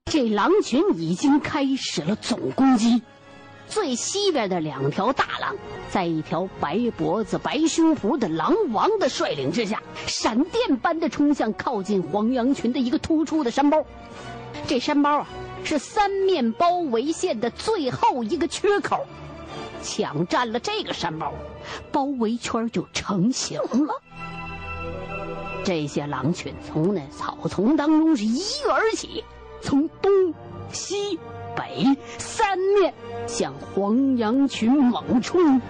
这狼群已经开始了总攻击。最西边的两条大狼，在一条白脖子白胸脯的狼王的率领之下，闪电般的冲向靠近黄羊群的一个突出的山包。这山包啊，是三面包围线的最后一个缺口，抢占了这个山包，包围圈就成型了。这些狼群从那草丛当中是一跃而起，从东西北三面向黄羊群猛冲。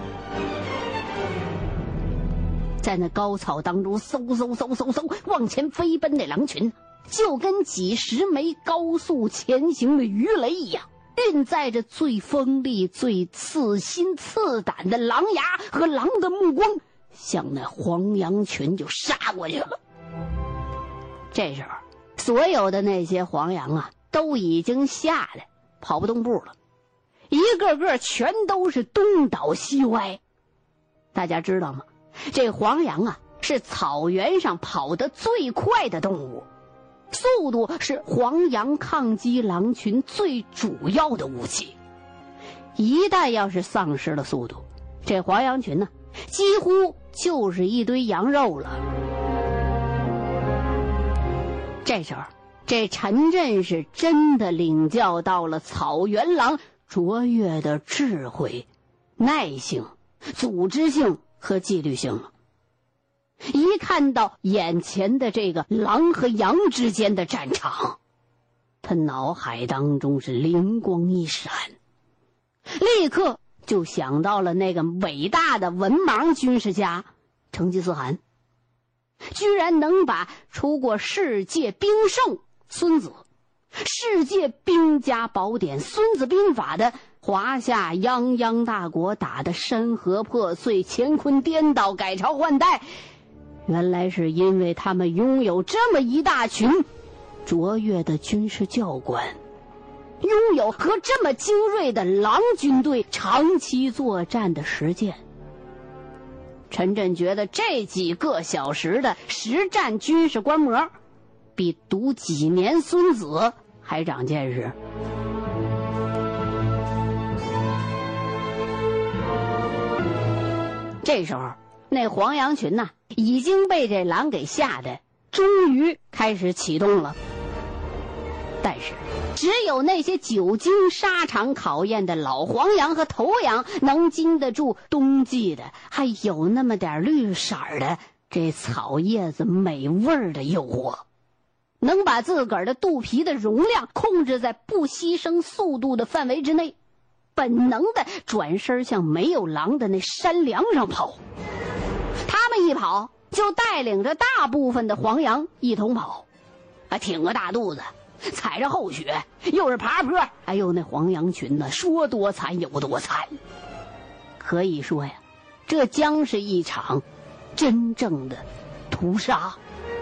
在那高草当中嗖往前飞奔的狼群，就跟几十枚高速前行的鱼雷一样，运载着最锋利最刺心刺胆的狼牙和狼的目光，向那黄羊群就杀过去了。这时候所有的那些黄羊啊，都已经吓得跑不动步了，一个个全都是东倒西歪。大家知道吗？这黄羊啊，是草原上跑得最快的动物，速度是黄羊抗击狼群最主要的武器。一旦要是丧失了速度，这黄羊群呢，几乎就是一堆羊肉了。这时候这陈震是真的领教到了草原狼卓越的智慧、耐性、组织性和纪律性了。一看到眼前的这个狼和羊之间的战场，他脑海当中是灵光一闪，立刻就想到了那个伟大的文盲军事家成吉思汗，居然能把出过世界兵圣孙子、世界兵家宝典孙子兵法的华夏泱泱大国打得山河破碎、乾坤颠倒、改朝换代，原来是因为他们拥有这么一大群卓越的军事教官，拥有和这么精锐的狼军队长期作战的实践。陈震觉得这几个小时的实战军事观摩，比读几年孙子还长见识。这时候那黄羊群呢，已经被这狼给吓得终于开始启动了。但是只有那些久经沙场考验的老黄羊和头羊能经得住冬季的还有那么点绿色的这草叶子美味的诱惑，能把自个儿的肚皮的容量控制在不牺牲速度的范围之内，本能的转身向没有狼的那山梁上跑。他们一跑就带领着大部分的黄羊一同跑，挺个大肚子，踩着厚雪，又是爬坡，哎呦，那黄羊群呢，说多惨有多惨。可以说呀，这将是一场真正的屠杀。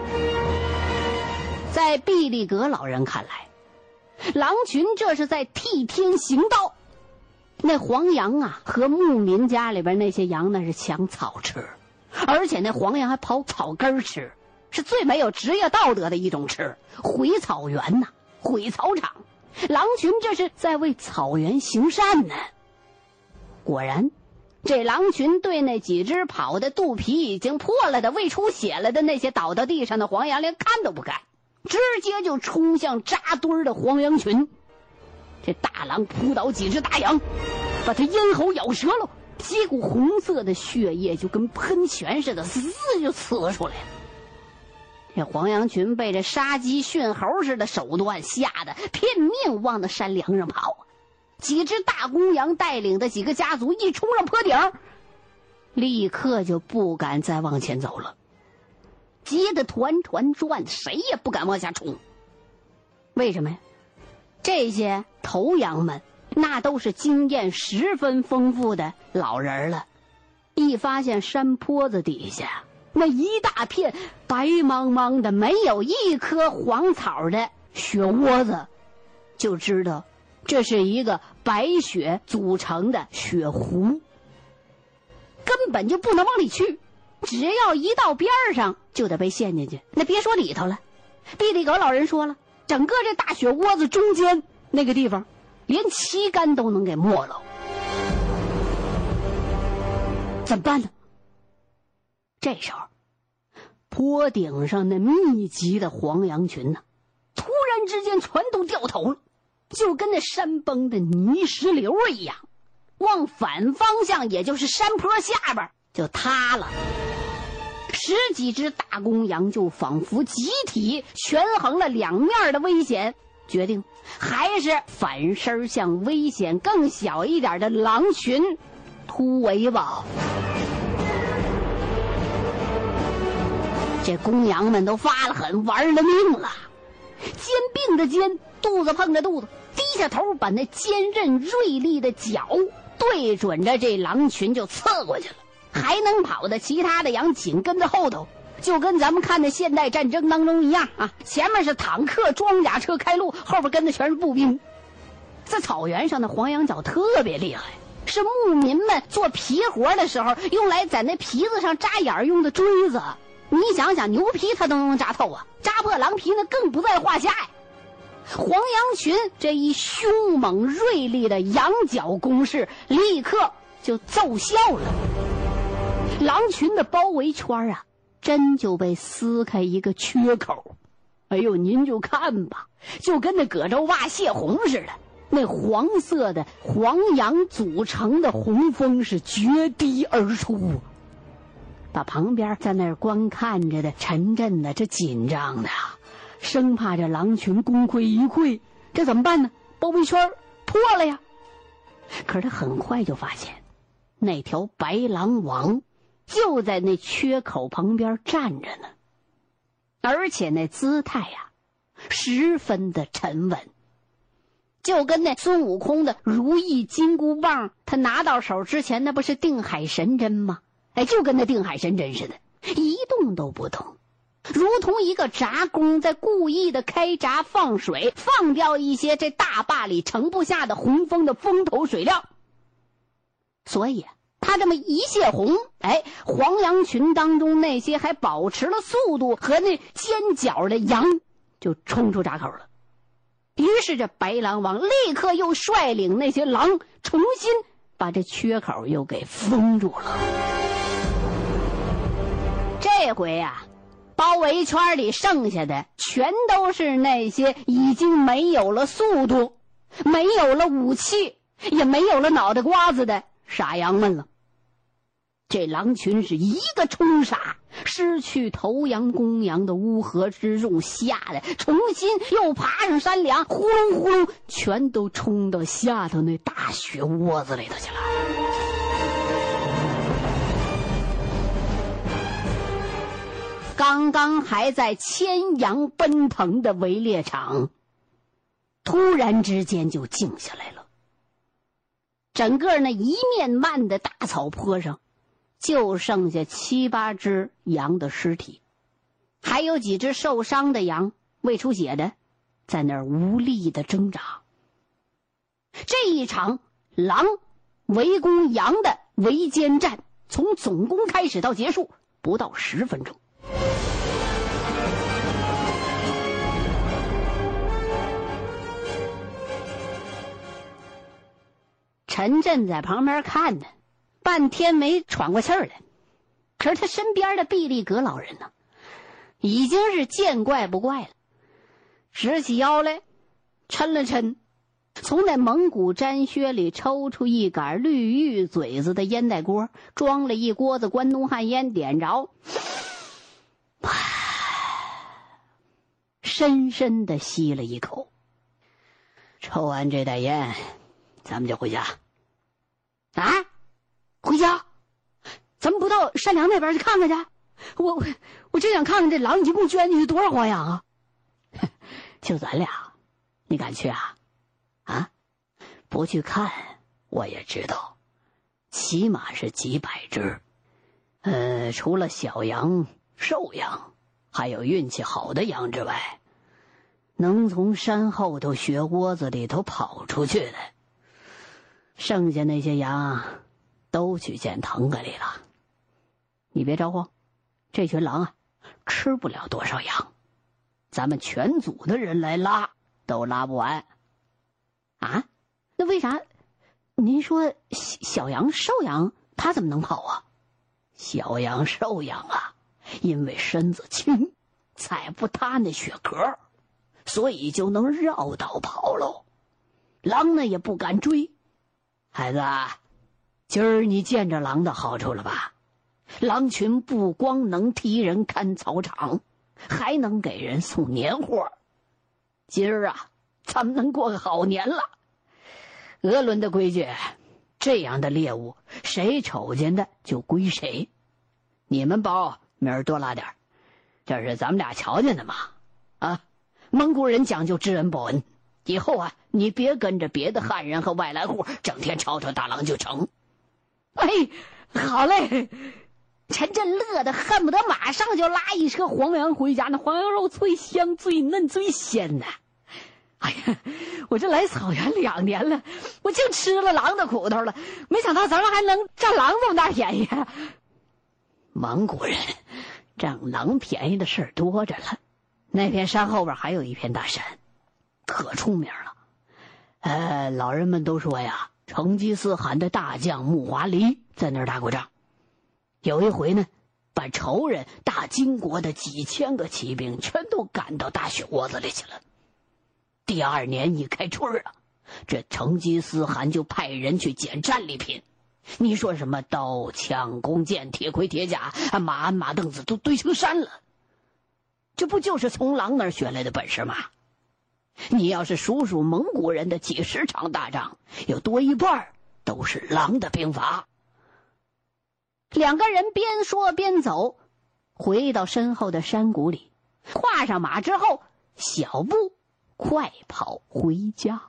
在毕力格老人看来，狼群这是在替天行道。那黄羊啊，和牧民家里边那些羊那是抢草吃，而且那黄羊还刨草根吃，是最没有职业道德的一种吃，毁草原呐，毁草场。狼群这是在为草原行善呢。果然，这狼群对那几只跑的肚皮已经破了的、胃出血了的那些倒到地上的黄羊连看都不看，直接就冲向扎堆的黄羊群。这大狼扑倒几只大羊，把它咽喉咬折了，几股红色的血液就跟喷泉似的滋就呲出来了。这黄羊群被这杀鸡驯猴似的手段吓得拼命往那山梁上跑，几只大公羊带领的几个家族一冲上坡顶，立刻就不敢再往前走了，急得团团转，谁也不敢往下冲。为什么呀？这些头羊们那都是经验十分丰富的老人了，一发现山坡子底下那一大片白茫茫的没有一颗黄草的雪窝子，就知道这是一个白雪组成的雪湖，根本就不能往里去，只要一到边上就得被陷进去。那别说里头了，毕力格老人说了， 整个这大雪窝子中间那个地方，连旗杆都能给没了。怎么办呢？这时候，坡顶上那密集的黄羊群呢，突然之间全都掉头了，就跟那山崩的泥石流一样，往反方向，也就是山坡下边就塌了。10几只大公羊就仿佛集体权衡了两面的危险，决定还是反身向危险更小一点的狼群突围吧。这公羊们都发了狠，玩了命了，肩并着肩，肚子碰着肚子，低下头把那坚韧锐利的角对准着这狼群就刺过去了。还能跑的其他的羊紧跟在后头，就跟咱们看的现代战争当中一样啊，前面是坦克装甲车开路，后边跟的全是步兵。在草原上的黄羊角特别厉害，是牧民们做皮活的时候用来在那皮子上扎眼用的锥子。你想想，牛皮它都能扎透啊，扎破狼皮那更不在话下呀。黄羊群这一凶猛锐利的羊角攻势立刻就奏效了，狼群的包围圈啊，真就被撕开一个缺口。哎呦，您就看吧，就跟那葛洲挖泄洪似的，那黄色的黄羊组成的洪峰是决堤而出，把旁边在那儿观看着的陈震的这紧张的啊，生怕这狼群功亏一篑，这怎么办呢？包围圈破了呀。可是他很快就发现，那条白狼王就在那缺口旁边站着呢，而且那姿态呀，十分的沉稳，就跟那孙悟空的如意金箍棒，他拿到手之前那不是定海神针吗？哎，就跟那定海神针似的，一动都不动，如同一个闸工在故意的开闸放水，放掉一些这大坝里盛不下的洪峰的风头水料。所以他这么一泄洪，哎，黄羊群当中那些还保持了速度和那尖角的羊就冲出闸口了。于是这白狼王立刻又率领那些狼重新把这缺口又给封住了。这回啊，包围圈里剩下的全都是那些已经没有了速度、没有了武器、也没有了脑袋瓜子的傻羊们了。这狼群是一个冲杀，失去头羊公羊的乌合之众，吓得重新又爬上山梁，呼隆呼隆全都冲到下头那大雪窝子里头去了。刚刚还在千羊奔腾的围猎场，突然之间就静下来了。整个那一面漫的大草坡上就剩下7、8只羊的尸体，还有几只受伤的羊未出血的在那儿无力的挣扎。这一场狼围攻羊的围歼战从总攻开始到结束不到10分钟。陈震在旁边看呢，半天没喘过气儿来。可是他身边的毕力格老人呢，已经是见怪不怪了，直起腰来，抻了抻，从那蒙古毡靴里抽出一杆绿玉嘴子的烟袋锅，装了一锅子关东旱烟，点着，深深地吸了一口。抽完这袋烟，咱们就回家。啊，回家？咱们不到山梁那边去看看去？我真想看看这狼一共圈进去多少黄羊啊！就咱俩，你敢去啊？啊，不去看我也知道，起码是几百只。除了小羊、瘦羊，还有运气好的羊之外，能从山后头雪窝子里头跑出去的，剩下那些羊都去见腾格里了。你别着慌，这群狼啊，吃不了多少羊。 咱们全组的人来拉都拉不完。啊？那为啥？您说小羊、瘦羊它怎么能跑啊？小羊、瘦羊啊，因为身子轻，踩不塌那雪壳，所以就能绕道跑喽。狼呢也不敢追。孩子，今儿你见着狼的好处了吧？狼群不光能替人看草场，还能给人送年货。今儿啊，咱们能过个好年了。俄伦的规矩，这样的猎物谁瞅见的就归谁。你们包明儿多拉点，这是咱们俩瞧见的嘛。啊，蒙古人讲究知恩报恩，以后啊，你别跟着别的汉人和外来户整天吵吵大郎就成。哎，好嘞。陈震乐得恨不得马上就拉一车黄羊回家，那黄羊肉最香最嫩最鲜呐。哎呀，我这来草原2年了，我净吃了狼的苦头了，没想到咱们还能占狼这么大便宜。蒙古人占狼便宜的事儿多着了。那片山后边还有一片大山，可出名了。老人们都说呀，成吉思汗的大将木华黎在那儿打过仗。有一回呢，把仇人大金国的几千个骑兵全都赶到大雪窝子里去了。第2年一开春啊，这成吉思汗就派人去捡战利品。你说什么刀枪弓箭铁盔铁甲马鞍马凳子都堆成山了，这不就是从狼那儿学来的本事吗？你要是数数蒙古人的几10场大仗，有多一半都是狼的兵法。2个人边说边走，回到身后的山谷里，跨上马之后，小步快跑回家。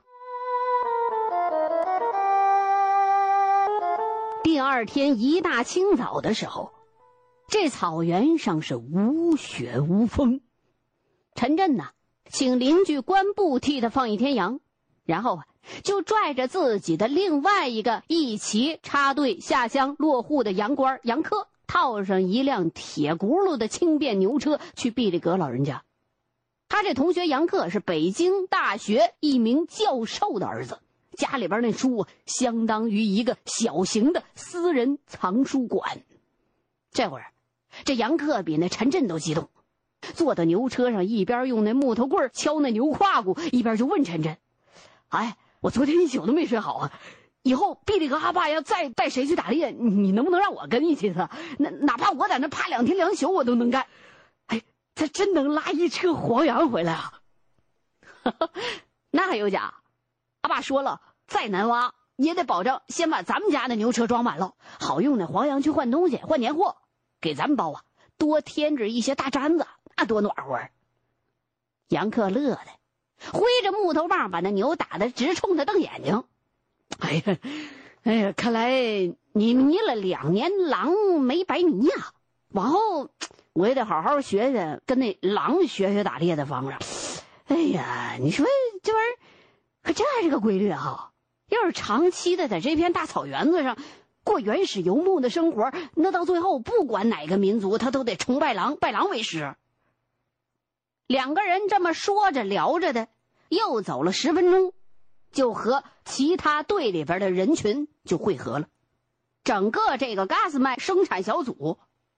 第2天一大清早的时候，这草原上是无雪无风。陈震呢，请邻居关布替他放1天羊，然后就拽着自己的另外一个一起插队下乡落户的羊倌杨克，套上一辆铁轱辘的轻便牛车去毕力格老人家。他这同学杨克是北京大学一名教授的儿子，家里边那书相当于一个小型的私人藏书馆。这会儿这杨克比那陈震都激动，坐到牛车上，一边用那木头棍敲那牛胯骨，一边就问陈震：哎，我昨天一宿都没睡好啊，以后毕力格阿爸要再带谁去打猎，你能不能让我跟一起呢？哪怕我在那趴2天2宿我都能干。哎，他真能拉一车黄羊回来啊！那还有假？阿爸说了，再难挖也得保证先把咱们家的牛车装满了，好用那黄羊去换东西换年货，给咱们包啊多添置一些大毡子，那多暖和。杨克乐的挥着木头棒把那牛打得直冲他瞪眼睛。哎呀，看来你迷了2年狼没白迷呀！往后我也得好好学学，跟那狼学学打猎的方法。哎呀，你说这玩意儿可真还是个规律啊！要是长期的在这片大草原子上过原始游牧的生活，那到最后不管哪个民族他都得崇拜狼，拜狼为师。2个人这么说着聊着的，又走了10分钟，就和其他队里边的人群就汇合了。整个这个嘎斯麦生产小组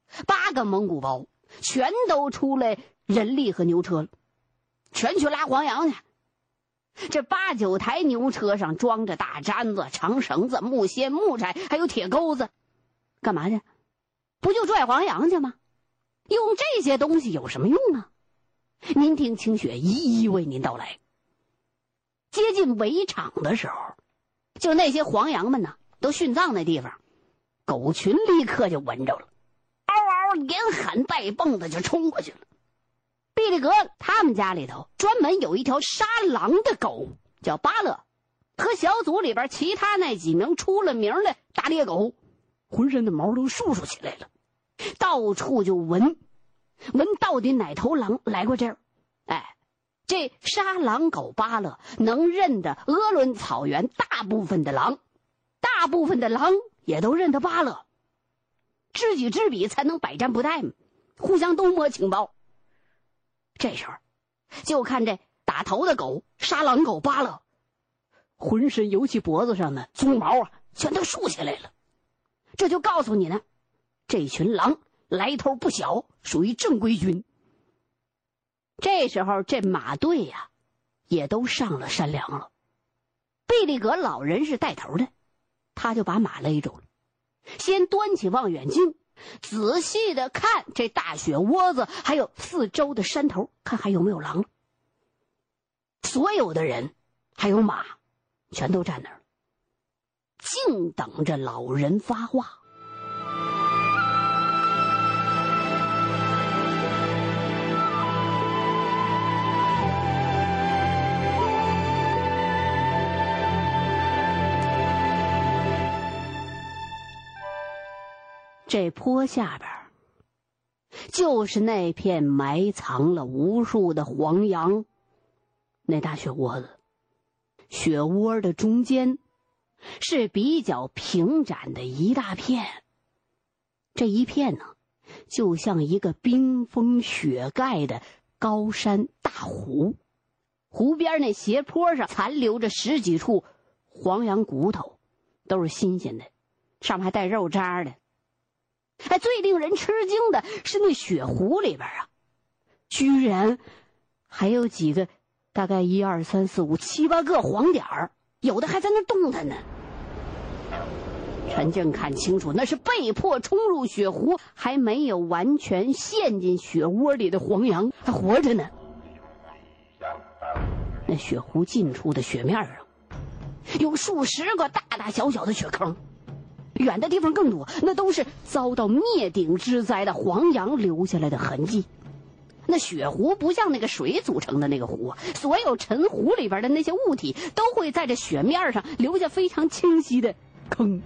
8个蒙古包全都出来人力和牛车了，全去拉黄羊去。这8、9台牛车上装着大毡子、长绳子、木锨、木柴，还有铁钩子，干嘛去？不就拽黄羊去吗？用这些东西有什么用啊？您听清雪一一为您道来。接近围场的时候，就那些黄羊们呢都殉葬那地方，狗群立刻就闻着了，嗷嗷连喊带蹦的就冲过去了。毕力格他们家里头专门有一条杀狼的狗，叫巴勒，和小组里边其他那几名出了名的大猎狗，浑身的毛都竖起来了，到处就闻到底哪头狼来过这儿。哎，这杀狼狗巴勒能认得鄂伦草原大部分的狼，大部分的狼也都认得巴勒，知己知彼才能百战不殆嘛，互相都摸情报。这时候就看这打头的狗杀狼狗扒拉，浑身尤其脖子上的鬃毛啊全都竖起来了，这就告诉你呢，这群狼来头不小，属于正规军。这时候这马队呀也都上了山梁了，毕力格老人是带头的，他就把马勒住了，先端起望远镜仔细的看这大雪窝子还有四周的山头，看还有没有狼。所有的人还有马全都站那儿，静等着老人发话。这坡下边就是那片埋藏了无数的黄杨，那大雪窝子，雪窝的中间是比较平展的一大片，这一片呢就像一个冰封雪盖的高山大湖，湖边那斜坡上残留着十几处黄杨骨头，都是新鲜的，上面还带肉渣的。最令人吃惊的是那雪湖里边啊，居然还有几个大概1、2、3、4、5、7、8个黄点儿，有的还在那动弹呢。陈震看清楚，那是被迫冲入雪湖还没有完全陷进雪窝里的黄羊，还活着呢。那雪湖近处的雪面上有数十个大大小小的雪坑，远的地方更多，那都是遭到灭顶之灾的黄羊留下来的痕迹。那雪湖不像那个水组成的那个湖，所有沉湖里边的那些物体都会在这雪面上留下非常清晰的坑。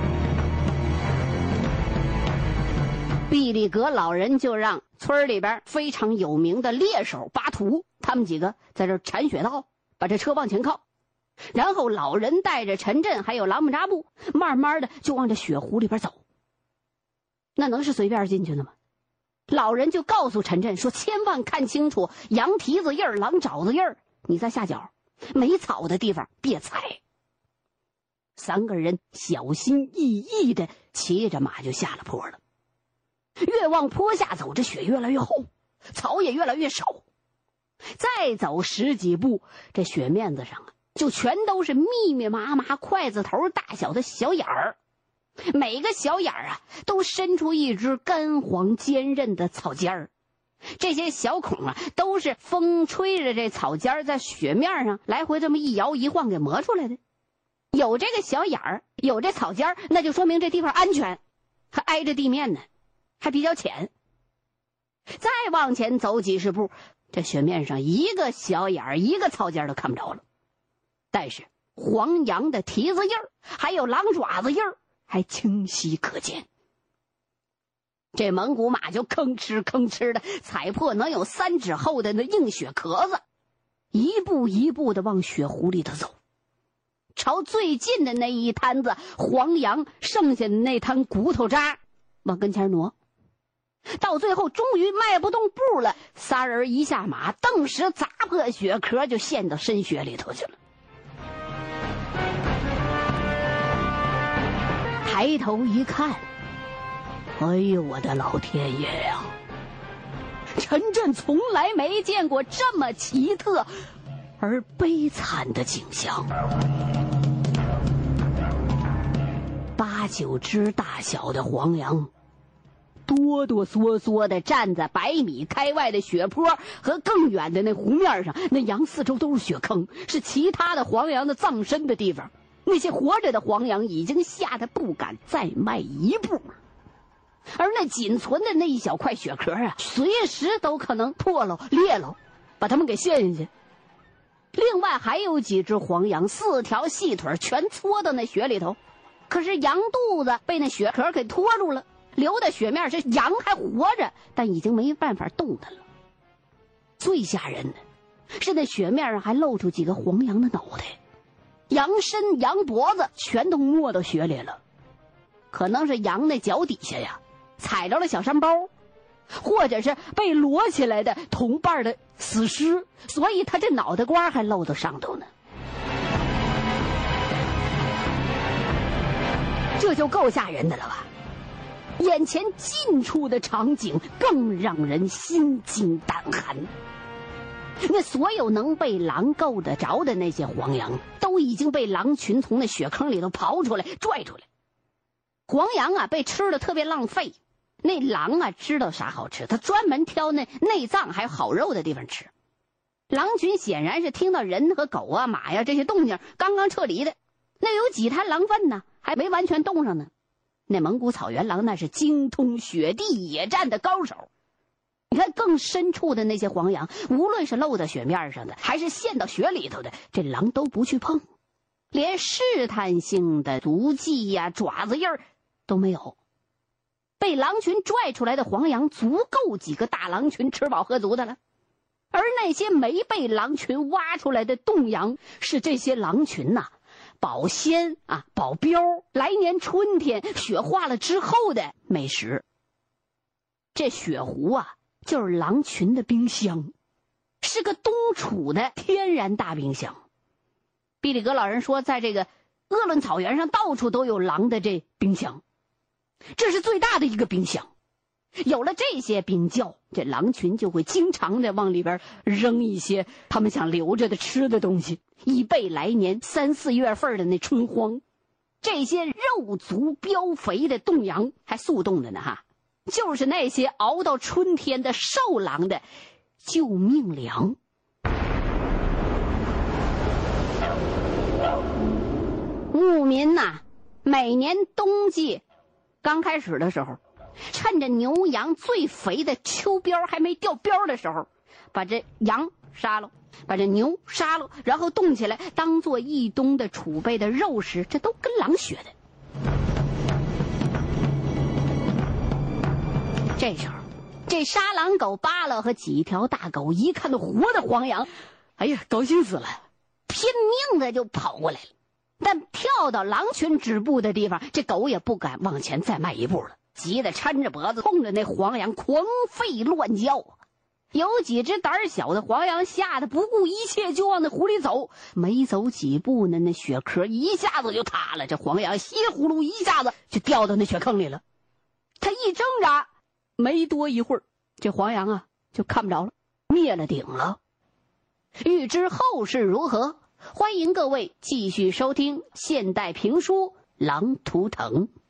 毕力格老人就让村里边非常有名的猎手巴图他们几个在这铲雪道，把这车往前靠，然后老人带着陈震还有朗姆扎布慢慢的就往这雪湖里边走。那能是随便进去的吗？老人就告诉陈震说，千万看清楚羊蹄子印儿、狼爪子印儿，你再下脚，没草的地方别踩。3个人小心翼翼的骑着马就下了坡了。越往坡下走，这雪越来越厚，草也越来越少。再走10几步，这雪面子上啊就全都是密密麻麻筷子头大小的小眼儿，每个小眼儿啊都伸出一只干黄坚韧的草尖儿，这些小孔啊都是风吹着这草尖儿在雪面上来回这么一摇一晃给磨出来的。有这个小眼儿，有这草尖儿，那就说明这地方安全，还挨着地面呢，还比较浅。再往前走几十步，这雪面上一个小眼儿一个草尖都看不着了，但是黄羊的蹄子印儿还有狼爪子印儿还清晰可见。这蒙古马就吭哧吭哧的踩破能有3指厚的那硬雪壳子，一步一步的往雪湖里头走，朝最近的那一摊子黄羊剩下的那摊骨头渣往跟前挪。到最后终于迈不动步了，3人一下马，顿时砸破雪壳就陷到深雪里头去了。抬头一看，哎呦我的老天爷呀！陈震从来没见过这么奇特而悲惨的景象。8、9只大小的黄羊哆哆嗦嗦地站在100米开外的雪坡和更远的那湖面上，那羊四周都是雪坑，是其他的黄羊的葬身的地方。那些活着的黄羊已经吓得不敢再迈一步，而那仅存的那一小块雪壳啊，随时都可能破了裂了，把它们给陷下去。另外还有几只黄羊，4条细腿全搓到那雪里头，可是羊肚子被那雪壳给拖住了，流的雪面是羊还活着，但已经没办法动弹了。最吓人的是那雪面上还露出几个黄羊的脑袋，羊身羊脖子全都没到雪里了，可能是羊那脚底下呀踩着了小山包， 或者是被摞起来的同伴的死尸，所以他这脑袋瓜还露到上头呢。这就够吓人的了吧？眼前近处的场景更让人心惊胆寒。那所有能被狼够得着的那些黄羊，都已经被狼群从那雪坑里头刨出来拽出来。黄羊啊被吃的特别浪费，那狼啊知道啥好吃，他专门挑那内脏还有好肉的地方吃。狼群显然是听到人和狗啊马呀这些动静刚刚撤离的，那有几滩狼粪呢还没完全冻上呢。那蒙古草原狼那是精通雪地野战的高手，你看更深处的那些黄羊，无论是露在雪面上的还是陷到雪里头的，这狼都不去碰，连试探性的足迹呀爪子印儿都没有。被狼群拽出来的黄羊足够几个大狼群吃饱喝足的了，而那些没被狼群挖出来的冻羊，是这些狼群呐保鲜啊保膘，来年春天雪化了之后的美食。这雪湖啊就是狼群的冰箱，是个冬储的天然大冰箱。毕里格老人说，在这个鄂伦草原上到处都有狼的这冰箱，这是最大的一个冰箱。有了这些冰窖，这狼群就会经常的往里边扔一些他们想留着的吃的东西，以备来年3、4月份的那春荒。这些肉足膘肥的冻羊还速冻的呢哈，就是那些熬到春天的瘦狼的救命粮。牧民呐，每年冬季刚开始的时候，趁着牛羊最肥的秋膘还没掉膘的时候，把这羊杀了，把这牛杀了，然后冻起来当做一冬的储备的肉食，这都跟狼学的。这时候这杀狼狗巴拉和几条大狗一看到活的黄羊，哎呀高兴死了，拼命的就跑过来了。但跳到狼群止步的地方，这狗也不敢往前再迈一步了，急得搀着脖子冲着那黄羊狂吠乱叫。有几只胆小的黄羊吓得不顾一切就往那湖里走，没走几步呢，那雪壳一下子就塌了，这黄羊稀呼噜一下子就掉到那雪坑里了。他一挣扎，没多一会儿，这黄羊啊就看不着了，灭了顶了。欲知后事如何，欢迎各位继续收听现代评书《狼图腾》。